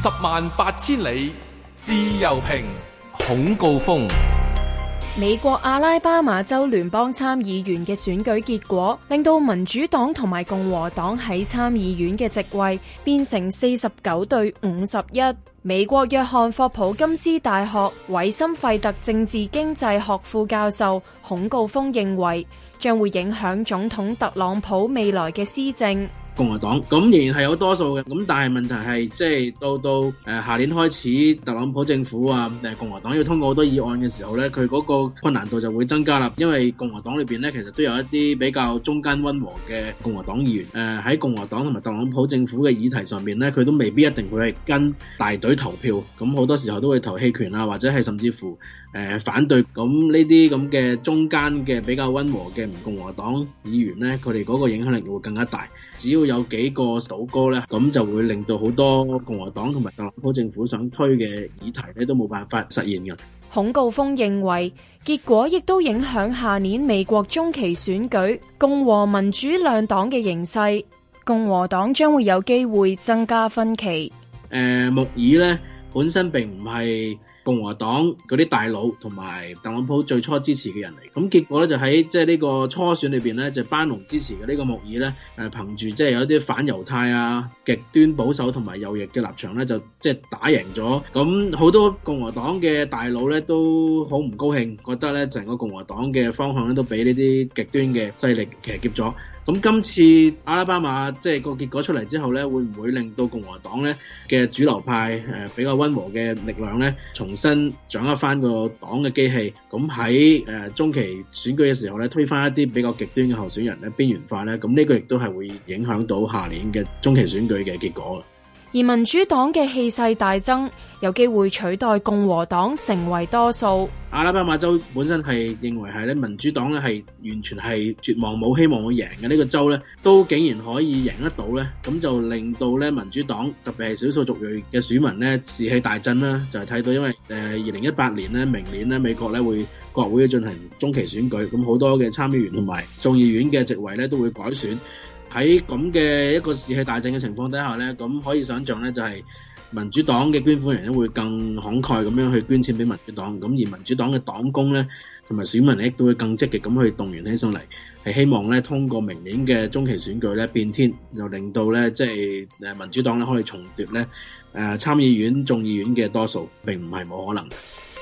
108000里，自由評，孔誥烽。 美國阿拉巴馬州聯邦參議員嘅選舉結果，令到民主黨同埋共和黨喺參議院嘅席位變成49對51。美國約翰霍普金斯大學韋森費特政治經濟學副教授孔誥烽認為，將會影響總統特朗普未來嘅施政。 共和黨咁仍然係有多數嘅，咁但係問題係即係到下年開始，特朗普政府啊共和黨要通過好多議案嘅時候咧，佢嗰個困難度就會增加啦。因為共和黨裏邊咧，其實都有一啲比較中間溫和嘅共和黨議員，喺共和黨同埋特朗普政府嘅議題上面咧，佢都未必一定會係跟大隊投票，咁好多時候都會投棄權啊，或者係甚至乎反對。咁呢啲咁嘅中間嘅比較溫和嘅共和黨議員咧，佢哋嗰個影響力會更加大。只要有幾個倒戈咧，咁就會令到好多共和黨同埋特朗普政府想推嘅議題咧，都冇辦法實現嘅。 孔誥烽認為，結果亦都影響下年美國中期選舉共和民主兩黨嘅形勢，共和黨將會有機會增加分歧。 穆爾咧本身並唔係共和黨嗰啲大佬同埋特朗普最初支持嘅人嚟，咁結果咧就喺即係呢個初選裏邊咧，就班農支持嘅呢個穆爾咧，憑住即係有一啲反猶太啊、極端保守同埋右翼嘅立場咧，就即係打贏咗。咁好多共和黨嘅大佬咧都好唔高興，覺得咧成個共和黨嘅方向咧都俾呢啲極端嘅勢力騎劫咗。咁今次阿拉巴馬即係個結果出嚟之後咧，會唔會令到共和黨咧嘅主流派比較溫和嘅力量咧重新掌握翻個黨嘅機器？咁喺中期選舉嘅時候咧，推翻一啲比較極端嘅候選人咧，邊緣化咧，咁呢個亦都係會影響到下年嘅中期選舉嘅結果。 而民主黨嘅氣勢大增，有機會取代共和黨成為多數。 阿拉巴馬州本身係認為係咧民主黨咧係完全係絕望冇希望會贏嘅呢個州咧，都竟然可以贏得到咧，咁就令到咧民主黨特別係少數族裔嘅選民咧士氣大振啦。就係睇到因為2018年咧明年咧美國咧會國會進行中期選舉，咁好多嘅參議員同埋眾議院嘅席位咧都會改選。喺咁嘅一個士氣大振嘅情況底下咧，咁可以想象咧就係民主黨嘅捐款人咧會更慷慨咁樣去捐錢俾民主黨，咁而民主黨嘅黨工咧同埋選民亦都會更積極咁去動員起上嚟，係希望咧通過明年嘅中期選舉咧變天，就令到咧即係民主黨咧可以重奪咧參議院、眾議院嘅多數，並唔係冇可能。